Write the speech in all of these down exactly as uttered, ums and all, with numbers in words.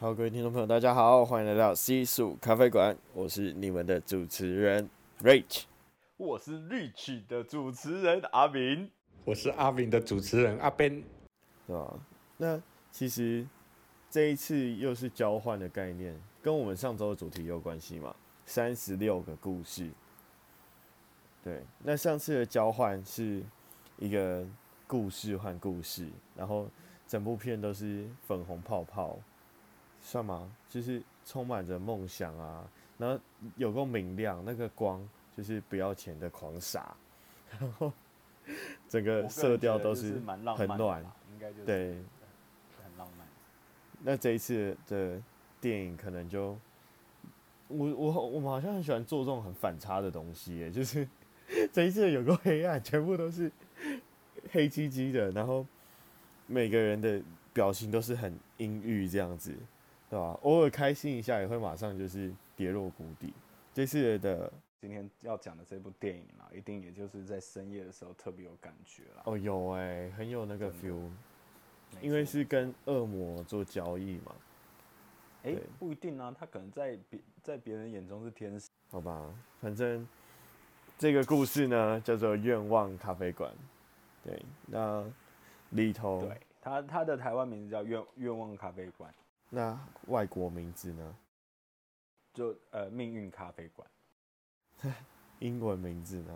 好，各位听众朋友，大家好，欢迎来到西蜀咖啡馆，我是你们的主持人 Rach， 我是 Rich 的主持人阿明， 我是阿明的主持人阿 Ben， 对吧？那其实这一次又是交换的概念，跟我们上周的主题有关系嘛？三十六个故事。对，那上次的交换是一个故事换故事，然后整部片都是粉红泡泡，算吗？就是充满着梦想啊，然后有够明亮，那个光就是不要钱的狂洒，然后整个色调都是很暖， 应该就是对， 很浪漫。 那这一次的电影可能就，我我我们好像很喜欢做这种很反差的东西耶，就是这一次有个黑暗，全部都是黑漆漆的，然后每个人的表情都是很阴郁这样子，对吧？偶尔开心一下也会马上就是跌落谷底。这次的今天要讲的这部电影啊，一定也就是在深夜的时候特别有感觉啦。 哦有哎、欸，很有那个 feel， 因为是跟恶魔做交易嘛。 哎、欸，不一定啊，他可能在别在别人眼中是天使。 好吧，反正这个故事呢叫做《愿望咖啡馆》。对，那里头对他他的台湾名字叫愿愿望咖啡馆， 那外国名字呢？ 就呃命运咖啡馆。 英文名字呢？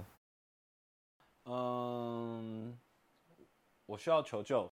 嗯，我需要求救。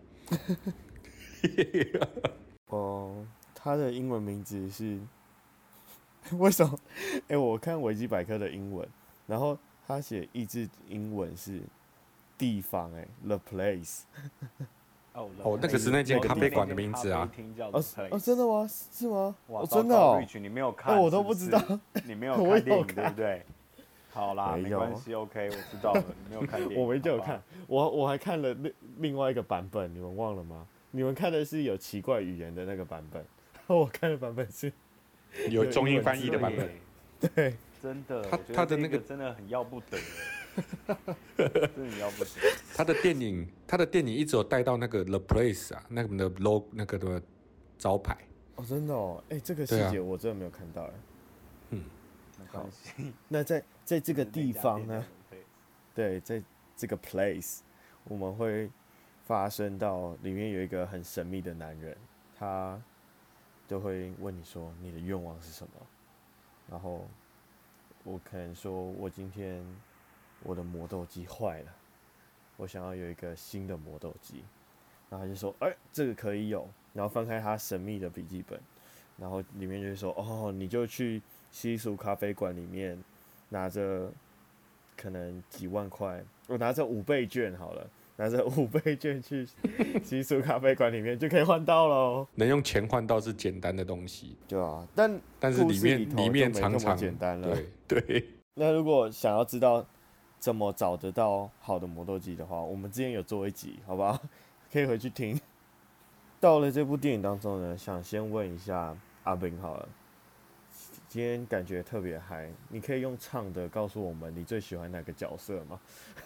哦，他的英文名字是为什么？哎、欸，我看维基百科的英文，然后他写译制英文是地方、欸，哎 ，the place。 哦， 哦，那个是那间咖啡馆的名字啊。 哦，哦，真的吗？是吗？ 哇， 哦，真的哦。 你没有看？ 哎、欸，我都不知道。 你没有看电影对不对？好啦， 没没关系 ，OK， 我知道了，你没有看电影。 我没有看，我我还看了另另外一个版本，你们忘了吗？你们看的是有奇怪语言的那个版本，我看的版本是有中英翻译的版本。 对， 真的， 他他的那个真的很要不得，真的很要不得。 他的电影，他的电影一直有带到那个 The Place 啊，那个的 logo 那个的招牌。 哦，真的哦，哎、欸，这个细节我真的没有看到哎。 嗯， 好，那在在这个地方呢，对，在这个 place， 我们会发生到里面有一个很神秘的男人，他都会问你说你的愿望是什么，然后我可能说我今天我的磨豆机坏了，我想要有一个新的磨豆机，然后他就说，哎、欸，这个可以有，然后翻开他神秘的笔记本，然后里面就会说，哦，你就去西蜀咖啡馆里面拿着可能几万块，我拿着五倍券好了，拿着五倍券去西蜀咖啡馆里面就可以换到喽。 能用钱换到是简单的东西， 对啊，但但是里面里面常常简单了。 对对。 那如果想要知道怎么找得到好的磨豆机的话，我们之前有做一集，好不好？可以回去听。到了这部电影当中呢，想先问一下阿炳好了。今天感觉特别嗨，你可以用唱的告诉我们你最喜欢哪个角色吗？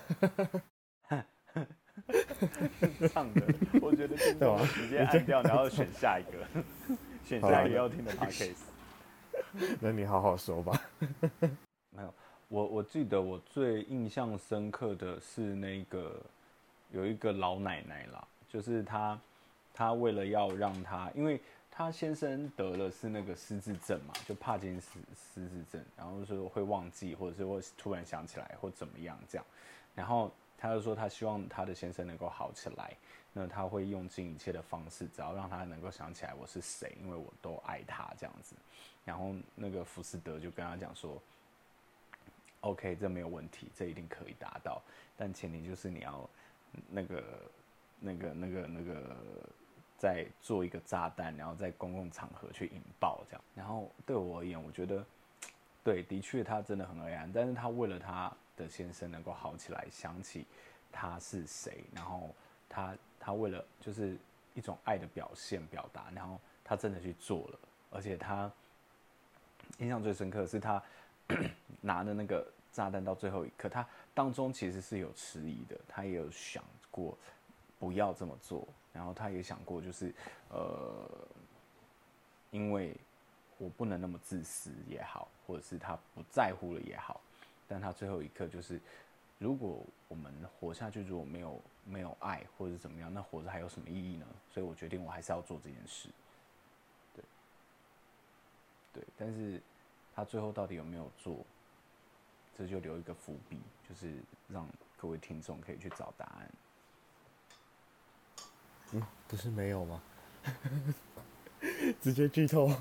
唱的，我觉得听众直接按掉，然后选下一个，选下一个要听的 podcast。 那你好好说吧。 没有，我我记得我最印象深刻的是那个有一个老奶奶啦，就是她，她为了要让她，因为他先生得了是那个失智症嘛，就帕金斯失智症，然后说会忘记，或者是会突然想起来或怎么样这样，然后他就说他希望他的先生能够好起来，那他会用尽一切的方式，只要让他能够想起来我是谁，因为我都爱他这样子。然后那个福斯德就跟他讲说 ，OK， 这没有问题，这一定可以达到，但前提就是你要那个那个那个那个。在做一个炸弹，然后在公共场合去引爆这样。然后对我而言，我觉得，对，的确他真的很黑暗，但是他为了他的先生能够好起来，想起他是谁，然后他他为了就是一种爱的表现表达，然后他真的去做了，而且他印象最深刻的是他拿的那个炸弹到最后一刻，他当中其实是有迟疑的，他也有想过不要这么做。然后他也想过，就是呃， 因为我不能那么自私也好，或者是他不在乎了也好，但他最后一刻就是，如果我们活下去，如果没有没有爱或者是怎么样，那活着还有什么意义呢？所以我决定我还是要做这件事。对，对，但是他最后到底有没有做，这就留一个伏笔，就是让各位听众可以去找答案。 嗯，不是没有吗？直接剧透。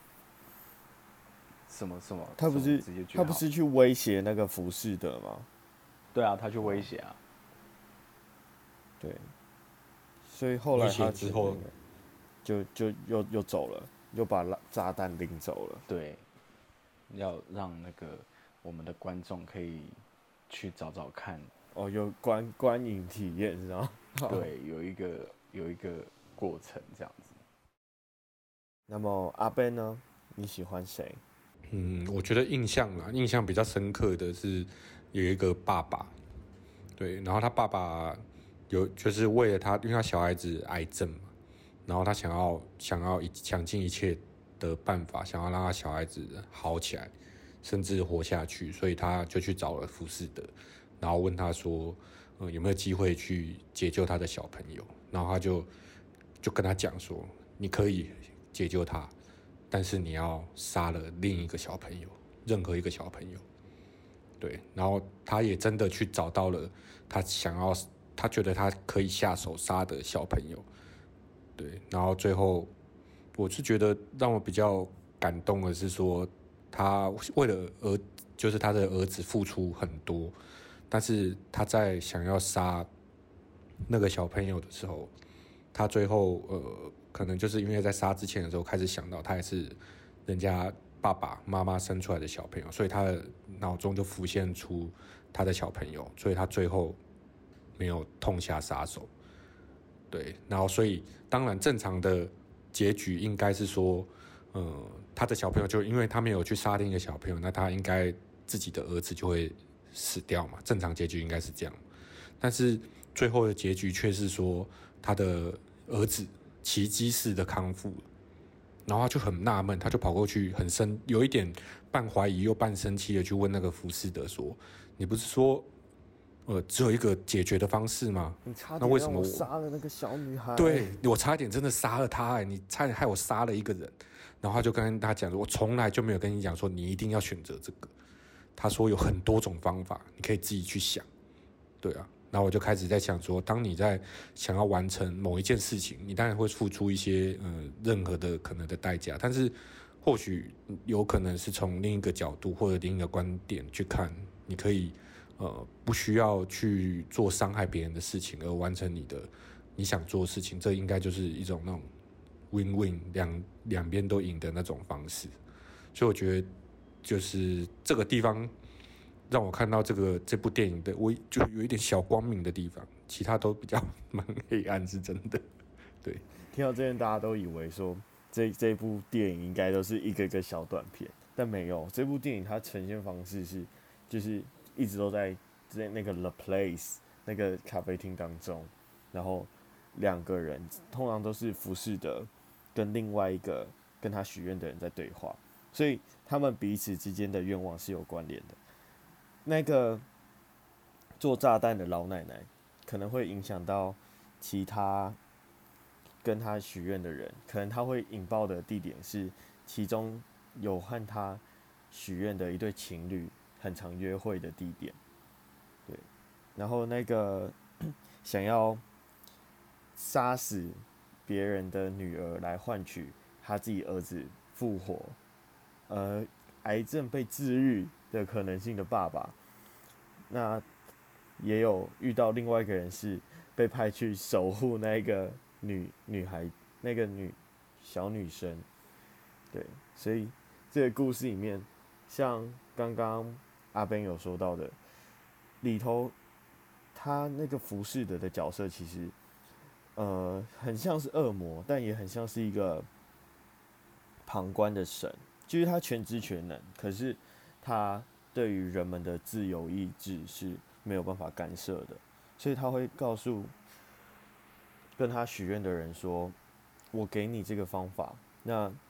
什么什么？ 他不是他不是去威胁那个浮士德吗？ 对啊，他去威胁啊。 对，所以后来他之后就就又又走了，又把炸弹拎走了。 对，要让那个我们的观众可以去找找看。 哦，有观观影体验，知道吗？ 对，有一个有一个过程这样子。 那么阿 Ben 呢？你喜欢谁？ 嗯，我觉得印象啦，印象比较深刻的是有一个爸爸，对，然后他爸爸有就是为了他，因为他小孩子癌症嘛，然后他想要想要想尽一切的办法，想要让他小孩子好起来，甚至活下去，所以他就去找了浮士德，然后问他说，呃，有没有机会去解救他的小朋友？然后他就就跟他讲说，你可以解救他。但是你要杀了另一个小朋友，任何一个小朋友，对，然后他也真的去找到了他想要，他觉得他可以下手杀的小朋友，对，然后最后我是觉得让我比较感动的是说，他为了儿，就是他的儿子付出很多，但是他在想要杀那个小朋友的时候，他最后呃。可能就是因为在杀之前的时候开始想到他也是人家爸爸妈妈生出来的小朋友，所以他的脑中就浮现出他的小朋友，所以他最后没有痛下杀手。对，然后所以当然正常的结局应该是说，呃，他的小朋友就因为他没有去杀另一个小朋友，那他应该自己的儿子就会死掉嘛，正常结局应该是这样。但是最后的结局却是说他的儿子奇迹式的康复，然后他就很纳闷，他就跑过去，很生，有一点半怀疑又半生气的去问那个浮士德说：“你不是说，呃，只有一个解决的方式吗？ 你差点让我杀了那个小女孩。 对，我差点真的杀了她，哎，你差点害我杀了一个人。”然后他就跟他讲说：“我从来就没有跟你讲说你一定要选择这个。”他说有很多种方法，你可以自己去想。对啊。然后我就开始在想说，当你在想要完成某一件事情，你当然会付出一些呃任何的可能的代价，但是或许有可能是从另一个角度或者另一个观点去看，你可以呃不需要去做伤害别人的事情，而完成你的你想做的事情，这应该就是一种那种 win-win 两两边都赢的那种方式。所以我觉得就是这个地方。让我看到这个这部电影的，我就有一点小光明的地方，其他都比较蛮黑暗，是真的。对， 听到这边大家都以为说这这部电影应该都是一个一个小短片，但没有，这部电影它呈现方式是就是一直都在在那个 The Place 那个咖啡厅当中，然后两个人通常都是浮士德跟另外一个跟他许愿的人在对话，所以他们彼此之间的愿望是有关联的。那个做炸弹的老奶奶可能会影响到其他跟她许愿的人，可能她会引爆的地点是其中有和她许愿的一对情侣很常约会的地点。对，然后那个想要杀死别人的女儿来换取他自己儿子复活，呃，癌症被治愈的可能性的爸爸，那也有遇到另外一个人是被派去守护那个女女孩，那个女小女生，对，所以这个故事里面，像刚刚阿 Ben 有说到的，里头他那个浮士德的角色其实，呃，很像是恶魔，但也很像是一个旁观的神，就是他全知全能，可是他对于人们的自由意志是没有办法干涉的，所以他会告诉跟他许愿的人说：“我给你这个方法，那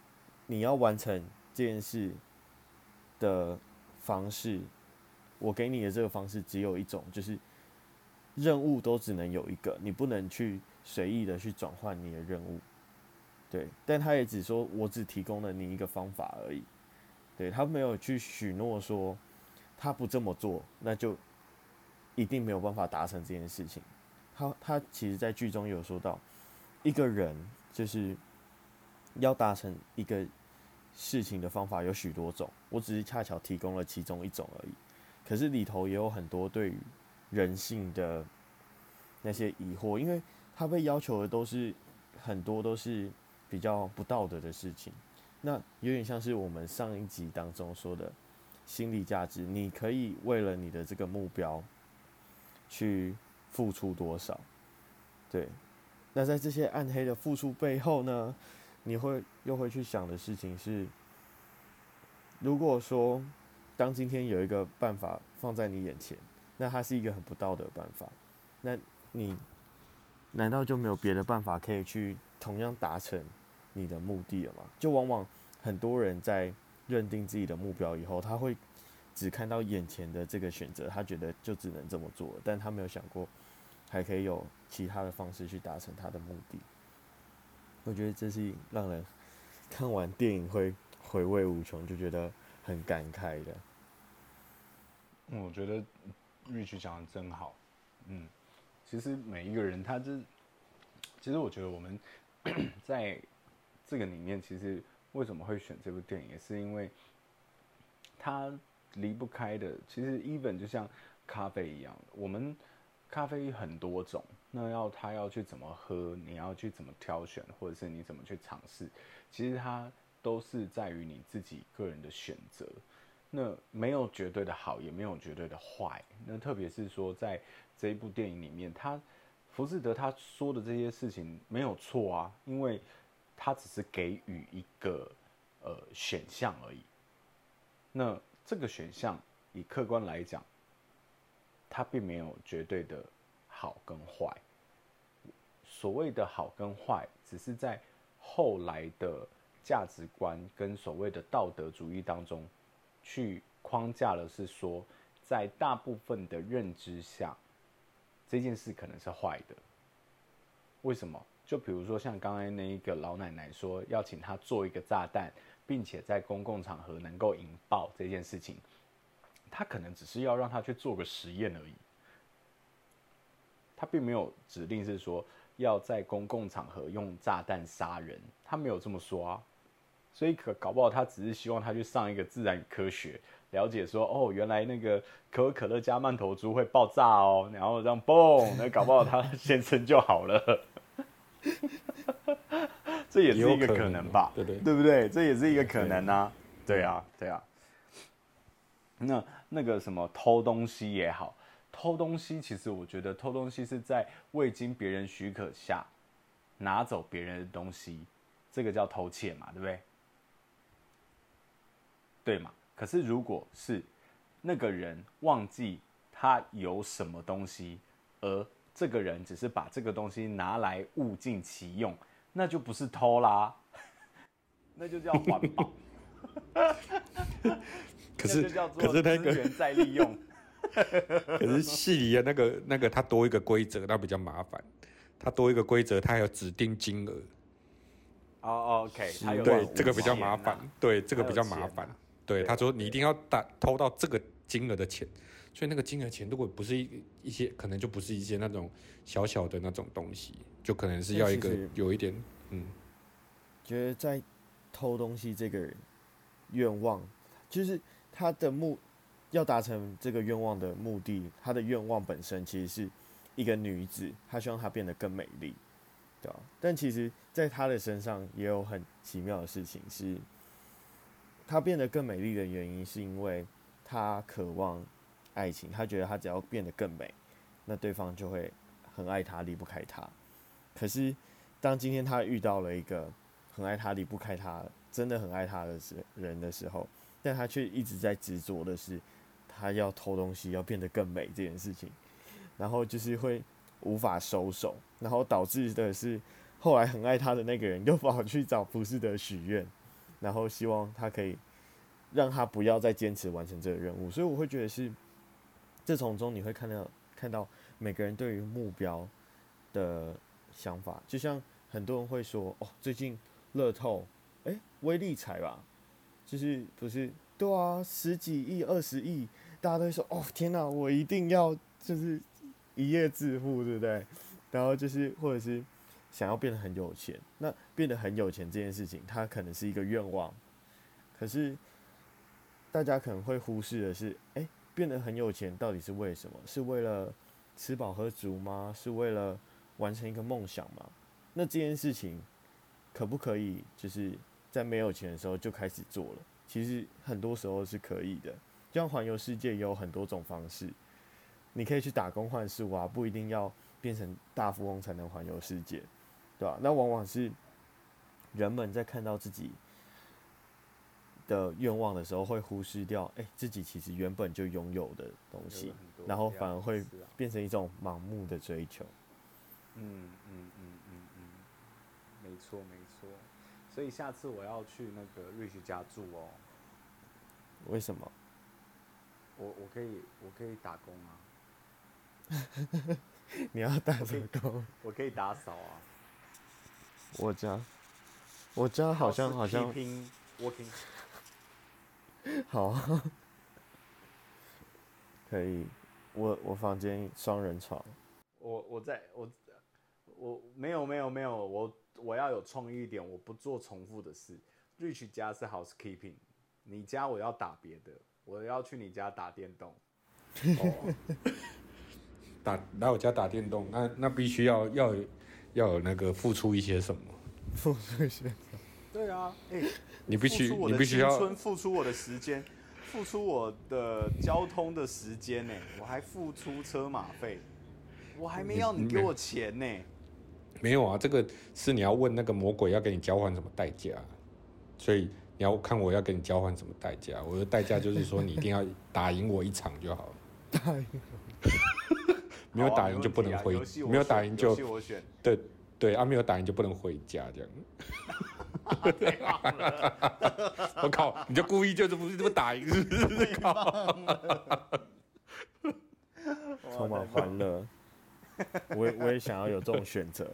你要完成这件事的方式，我给你的这个方式只有一种，就是任务都只能有一个，你不能去随意的去转换你的任务。对，但他也只说我只提供了你一个方法而已。对，他没有去许诺说他不这么做，那就一定没有办法达成这件事情。他他其实在剧中有说到，一个人就是要达成一个事情的方法有许多种，我只是恰巧提供了其中一种而已。可是里头也有很多对于人性的那些疑惑，因为他被要求的都是很多都是比较不道德的事情。那有点像是我们上一集当中说的心理价值，你可以为了你的这个目标去付出多少？对，那在这些暗黑的付出背后呢，你会又会去想的事情是，如果说当今天有一个办法放在你眼前，那它是一个很不道德的办法，那你难道就没有别的办法可以去同样达成你的目的了吗？就往往很多人在认定自己的目标以后，他会只看到眼前的这个选择，他觉得就只能这么做，但他没有想过还可以有其他的方式去达成他的目的。我觉得这是让人看完电影会回味无穷，就觉得很感慨的。 嗯，我觉得 Rich 讲的真好。嗯，其实每一个人他这，其实我觉得我们在这个里面，其实为什么会选这部电影，也是因为它离不开的。其实 even 就像咖啡一样，我们咖啡很多种，那要他要去怎么喝，你要去怎么挑选，或者是你怎么去尝试，其实它都是在于你自己个人的选择。那没有绝对的好，也没有绝对的坏。那特别是说，在这一部电影里面，他福士德他说的这些事情没有错啊，因为他只是给予一个呃选项而已。那这个选项以客观来讲，它并没有绝对的好跟坏。所谓的好跟坏，只是在后来的价值观跟所谓的道德主义当中去框架了，是说在大部分的认知下，这件事可能是坏的。为什么？就比如说像刚才那一个老奶奶说要请她做一个炸弹，并且在公共场合能够引爆这件事情，她可能只是要让她去做个实验而已。她并没有指令是说要在公共场合用炸弹杀人，她没有这么说啊。所以可搞不好他只是希望他去上一个自然与科学，了解说哦，原来那个可口可乐加曼头珠会爆炸哦，然后这样嘣，那搞不好他先生就好了。这也是一个可能吧， 对对对不对？这也是一个可能啊，对啊，对啊。那那个什么偷东西也好，偷东西其实我觉得偷东西是在未经别人许可下拿走别人的东西，这个叫偷窃嘛，对不对？对嘛？可是如果是那个人忘记他有什么东西，而这个人只是把这个东西拿来物尽其用，那就不是偷啦，那就叫环保。 可是， 那就叫做可是那个资源再利用。 可是戏里的那个那个，它多一个规则，那比较麻烦。它多一个规则，它还有指定金额。 哦、oh, ，OK， 他有对这个比较麻烦，啊、对这个比较麻烦。啊、对，他说你一定要打偷到这个金额的钱，所以那个金额钱如果不是一一些，可能就不是一些那种小小的那种东西，就可能是要一个有一点嗯。 觉得在偷东西这个愿望，就是他的目要达成这个愿望的目的，他的愿望本身其实是一个女子，她希望她变得更美丽，对吧？但其实，在她的身上也有很奇妙的事情，是她变得更美丽的原因，是因为她渴望爱情，她觉得她只要变得更美，那对方就会很爱她，离不开她。可是，当今天她遇到了一个很爱她、离不开她、真的很爱她的人的时候，但她却一直在执着的是，她要偷东西，要变得更美这件事情，然后就是会无法收手，然后导致的是，后来很爱她的那个人又跑去找浮士德许愿， 然后希望他可以让他不要再坚持完成这个任务。所以我会觉得是，这从中你会看到看到每个人对于目标的想法，就像很多人会说，哦，最近乐透，哎、欸，威力彩吧，就是不是对啊，十几亿、二十亿，大家都会说，哦，天哪，我一定要就是一夜致富，对不对？然后就是或者是想要变得很有钱，那变得很有钱这件事情，它可能是一个愿望，可是大家可能会忽视的是，哎、欸，变得很有钱到底是为什么？是为了吃饱喝足吗？是为了完成一个梦想吗？那这件事情可不可以就是在没有钱的时候就开始做了？其实很多时候是可以的，就像环游世界也有很多种方式，你可以去打工换宿啊，不一定要变成大富翁才能环游世界，对吧、啊？那往往是人们在看到自己的愿望的时候，会忽视掉，哎、欸，自己其实原本就拥有的东西，然后反而会变成一种盲目的追求。 嗯嗯嗯嗯嗯，没错没错。所以下次我要去那个 Rich 家住哦。 为什么？ 我我可以我可以打工啊。 你要打什么工？ 我可以打扫啊。 我家，我家好像好像。 working。 好啊，可以。我我房间双人床。 我我在我我没有没有没有我我要有创意一点，我不做重复的事。Rich 家是 housekeeping， 你家我要打别的，我要去你家打电动。 哦，打来我家打电动，那那必须要要有要有那个付出一些什么？ 付出一些什么？ 对啊，哎、欸， 你必须你必须要付出我的时间，付出我的交通的时间呢，我还付出车马费，我还没要你给我钱呢。 没有啊，这个是你要问那个魔鬼要给你交换什么代价，所以你要看我要给你交换什么代价。我的代价就是说你一定要打赢我一场就好了。 打赢没有打赢就不能回， 啊、 没有打赢就我选对对啊，没有打赢就不能回家这样。我靠！你就故意就是不是这么打赢，是不是？靠！ 充满欢乐，我也我也想要有这种选择。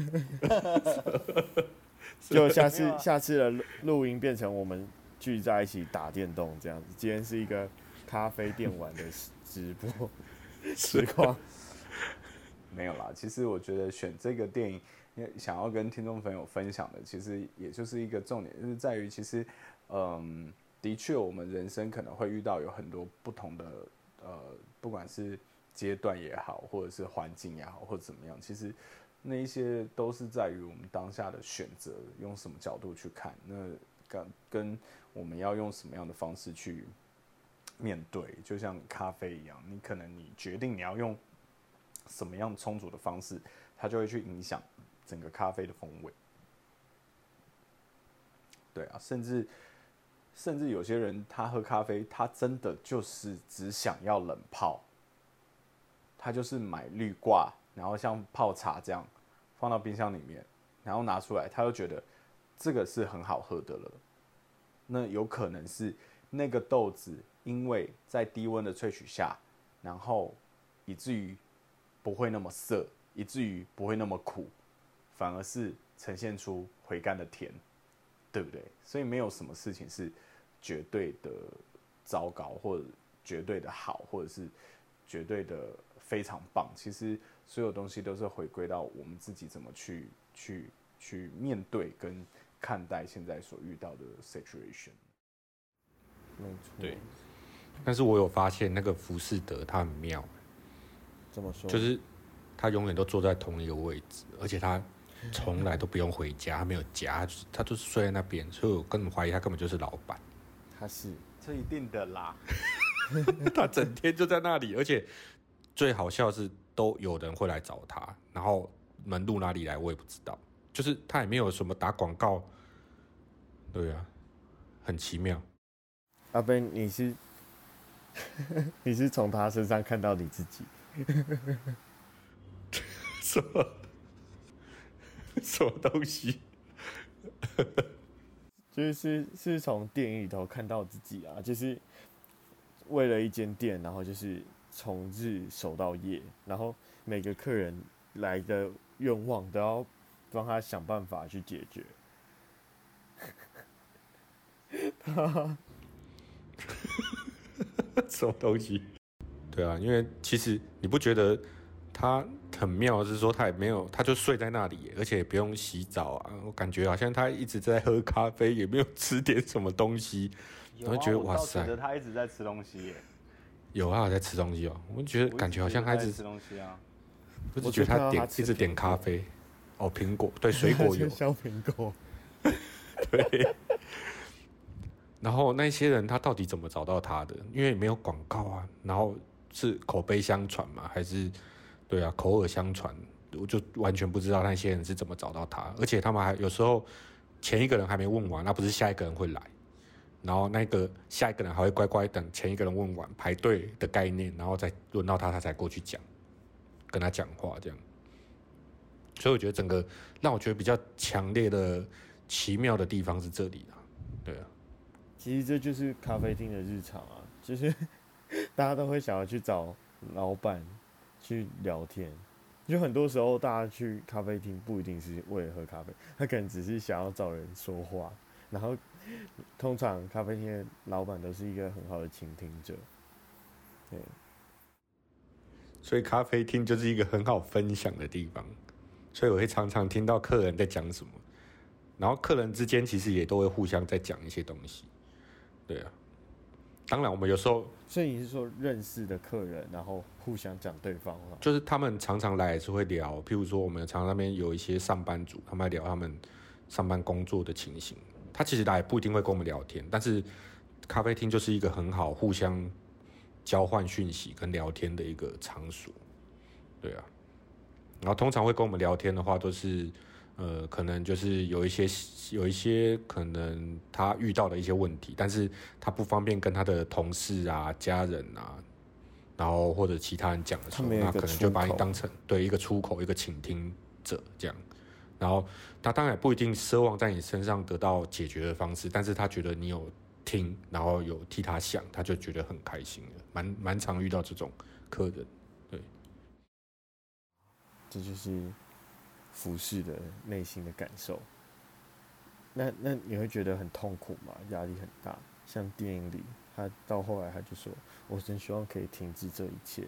就下次下次的录音变成我们聚在一起打电动这样子。今天是一个咖啡店玩的直播实况。 没有啦，其实我觉得选这个电影，想要跟听众朋友分享的，其实也就是一个重点，就是在于其实，嗯，的确我们人生可能会遇到有很多不同的，呃，不管是阶段也好，或者是环境也好，或者怎么样，其实那一些都是在于我们当下的选择，用什么角度去看，那跟跟我们要用什么样的方式去面对，就像咖啡一样，你可能你决定你要用什么样冲煮的方式，它就会去影响整个咖啡的风味。对啊，甚至甚至有些人他喝咖啡，他真的就是只想要冷泡，他就是买滤挂，然后像泡茶这样放到冰箱里面，然后拿出来，他就觉得这个是很好喝的了。那有可能是那个豆子因为在低温的萃取下，然后以至于不会那么涩，以至于不会那么苦，反而是呈现出回甘的甜，对不对？所以没有什么事情是绝对的糟糕，或者绝对的好，或者是绝对的非常棒。其实所有东西都是回归到我们自己怎么去去去面对跟看待现在所遇到的 situation。 没错。 对。但是我有发现那个浮士德他很妙。 怎么说？ 就是他永远都坐在同一个位置，而且他从来都不用回家，他没有家，他就是他就是睡在那边，所以我根本怀疑他根本就是老板。 他是， 这一定的啦。 他整天就在那里，而且最好笑的是，都有人会来找他，然后门路哪里来我也不知道，就是他也没有什么打广告，对啊，很奇妙。 阿Ben，你是你是从他身上看到你自己。 什么什么东西？ 就是是从电影里头看到自己啊，就是为了一间店，然后就是从日守到夜，然后每个客人来的愿望都要帮他想办法去解决。 什么东西？对啊，因为其实你不觉得他很妙，是说他也没有，他就睡在那里，而且也不用洗澡啊。我感觉好像他一直在喝咖啡，也没有吃点什么东西，然后觉得哇塞， 我觉得他一直在吃东西耶。 有啊，在吃东西哦。我觉得感觉好像他一直吃东西啊。 我只觉得他点一直点咖啡。哦，苹果对，水果有。 削苹果。 对。然后那些人他到底怎么找到他的？因为没有广告啊，然后是口碑相传嘛，还是对啊口耳相传？我就完全不知道那些人是怎么找到他，而且他们还有时候前一个人还没问完，那不是下一个人会来，然后那个下一个人还会乖乖等前一个人问完排队的概念，然后再轮到他，他才过去讲，跟他讲话这样。所以我觉得整个让我觉得比较强烈的奇妙的地方是这里啦，对啊。 其实这就是咖啡厅的日常啊，就是大家都会想要去找老板去聊天。就很多时候，大家去咖啡厅不一定是为了喝咖啡，他可能只是想要找人说话。然后，通常咖啡厅的老板都是一个很好的倾听者。对， 所以咖啡厅就是一个很好分享的地方。所以我会常常听到客人在讲什么，然后客人之间其实也都会互相在讲一些东西。对啊，当然我们有时候， 所以你是说认识的客人，然后互相讲对方话， 就是他们常常来也是会聊，譬如说我们常常那边有一些上班族，他们来聊他们上班工作的情形。他其实来不一定会跟我们聊天，但是咖啡厅就是一个很好互相交换讯息跟聊天的一个场所。对啊，然后通常会跟我们聊天的话，都是。呃，可能就是有一些有一些可能他遇到的一些问题，但是他不方便跟他的同事啊、家人啊，然后或者其他人讲的时候，那可能就把你当成对一个出口、一个倾听者这样。然后他当然也不一定奢望在你身上得到解决的方式，但是他觉得你有听，然后有替他想，他就觉得很开心了。蛮蛮常遇到这种客人，对。 这就是服侍的内心的感受。那那你会觉得很痛苦吗？压力很大？像电影里，他到后来他就说：“我真希望可以停止这一切。”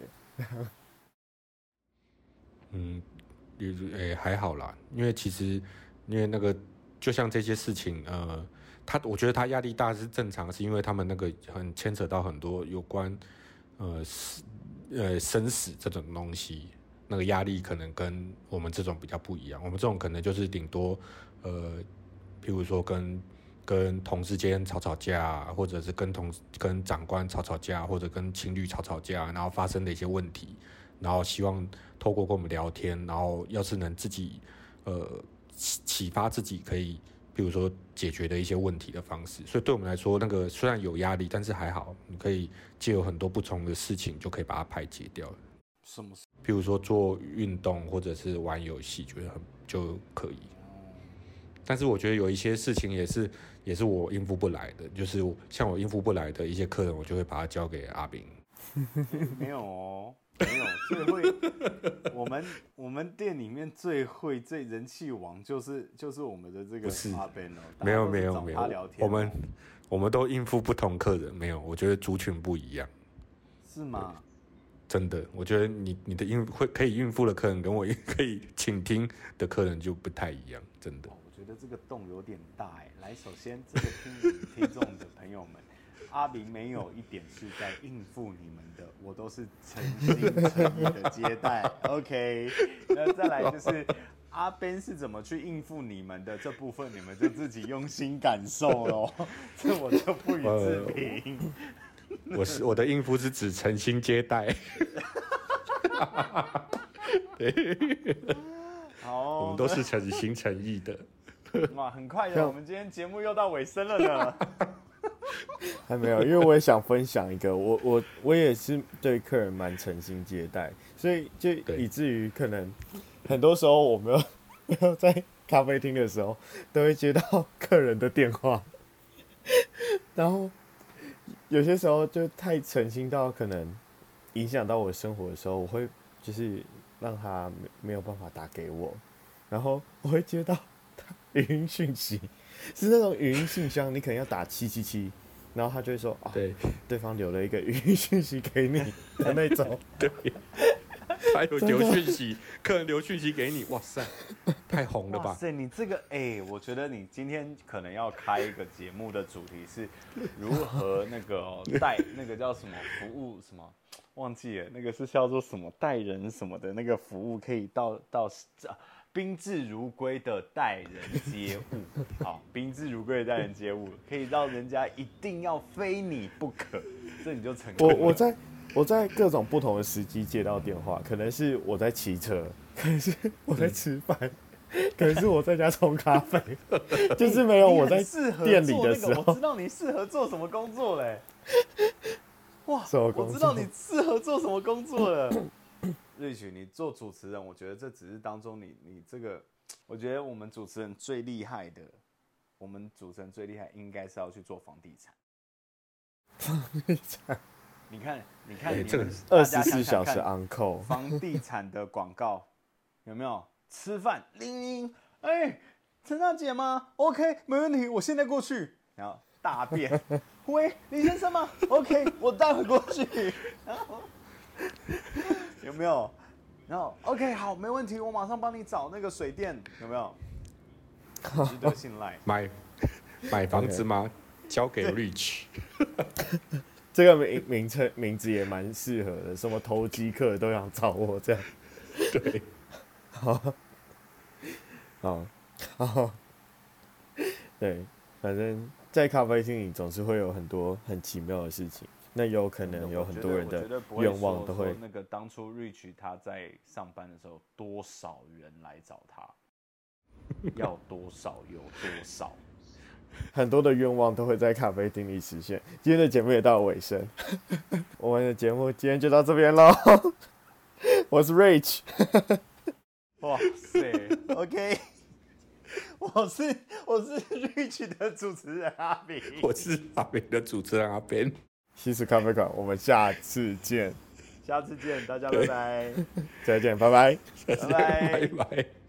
嗯，也诶、欸、还好啦，因为其实因为那个就像这些事情，呃，他我觉得他压力大是正常，是因为他们那个很牵扯到很多有关呃呃生死这种东西。那个压力可能跟我们这种比较不一样，我们这种可能就是顶多，呃，譬如说跟跟同事间吵吵架，或者是跟同跟长官吵吵架，或者跟情侣吵吵架，然后发生的一些问题，然后希望透过跟我们聊天，然后要是能自己呃启发自己可以，譬如说解决的一些问题的方式。所以对我们来说，那个虽然有压力，但是还好，你可以藉由很多不同的事情就可以把它排解掉了。 什么？ 譬如说做运动或者是玩游戏，觉得很就可以。但是我觉得有一些事情也是也是我应付不来的，就是像我应付不来的一些客人，我就会把它交给阿炳。 没有哦，没有最会。我们我们店里面最会最人气王就是就是我们的这个阿炳哦。 没有没有没有，我们我们都应付不同客人，没有，我觉得族群不一样。 是吗？ 真的，我觉得你你的应会可以应付的客人，跟我可以倾听的客人就不太一样，真的。 我觉得这个洞有点大哎。来，首先这个听听众的朋友们，阿明没有一点是在应付你们的，我都是诚心诚意的接待。OK， 那再来就是阿 Ben 是怎么去应付你们的这部分，你们就自己用心感受咯，这我就不予置评。 我是我的应付是指诚心接待。对，好，我们都是诚心诚意的。 哇，很快的，我们今天节目又到尾声了呢。 还没有，因为我也想分享一个，我我我也是对客人蛮诚心接待，所以就以至于可能很多时候我们要要在咖啡厅的时候，都会接到客人的电话， 然后有些时候就太诚心到可能影响到我的生活的时候，我会就是让他没没有办法打给我，然后我会接到他语音讯息，是那种语音信箱，你可能要打七七七，然后他就会说啊， 对， 对方留了一个语音讯息给你的那种， 对，还有留讯息，客人留讯息给你，哇塞，太红了吧？ 哇塞，你这个哎、欸，我觉得你今天可能要开一个节目的主题是如何那个哦带、喔、那个叫什么服务什么忘记了，那个是叫做什么带人什么的那个服务可以到到宾至如归的待人接物，好，宾至如归的待人接物可以让人家一定要非你不可，这你就成功了。 我我在。我在各种不同的时机接到电话，可能是我在骑车，可能是我在吃饭，嗯、可能是我在家冲咖啡，就是没有我在店里的时候。 那個、我知道你适合做什么工作嘞！哇，我知道你适合做什么工作了。瑞许，你做主持人，我觉得这只是当中你你这个，我觉得我们主持人最厉害的，我们主持人最厉害应该是要去做房地产。 房地产。 你看，你看，你这个二十四小时 on call， 房地产的广告有没有？吃饭，铃铃，哎，陈大姐吗 ？OK， 没问题，我现在过去。然后大便，喂，李先生吗 ？OK， 我待会过去。然后有没有？然后 OK， 好，没问题，我马上帮你找那个水电，有没有？值得信赖。 买买房子吗？交给 Rich。 这个名名称名字也蛮适合的，什么投机客都想找我这样。 对， 好，好，好，对，反正在咖啡厅里总是会有很多很奇妙的事情。那有可能有很多人的愿望都会。 那个当初 Rich 他在上班的时候，多少人来找他，要多少有多少。 很多的愿望都会在咖啡厅里实现。今天的节目也到了尾声，我们的节目今天就到这边喽。我是 Rich， 哇塞 ，OK， 我是我是 Rich 的主持人阿炳， 我是阿炳的主持人阿炳。 西式咖啡馆，我们下次见， 下次见，大家拜拜， 再见，拜拜， 拜拜， 拜拜。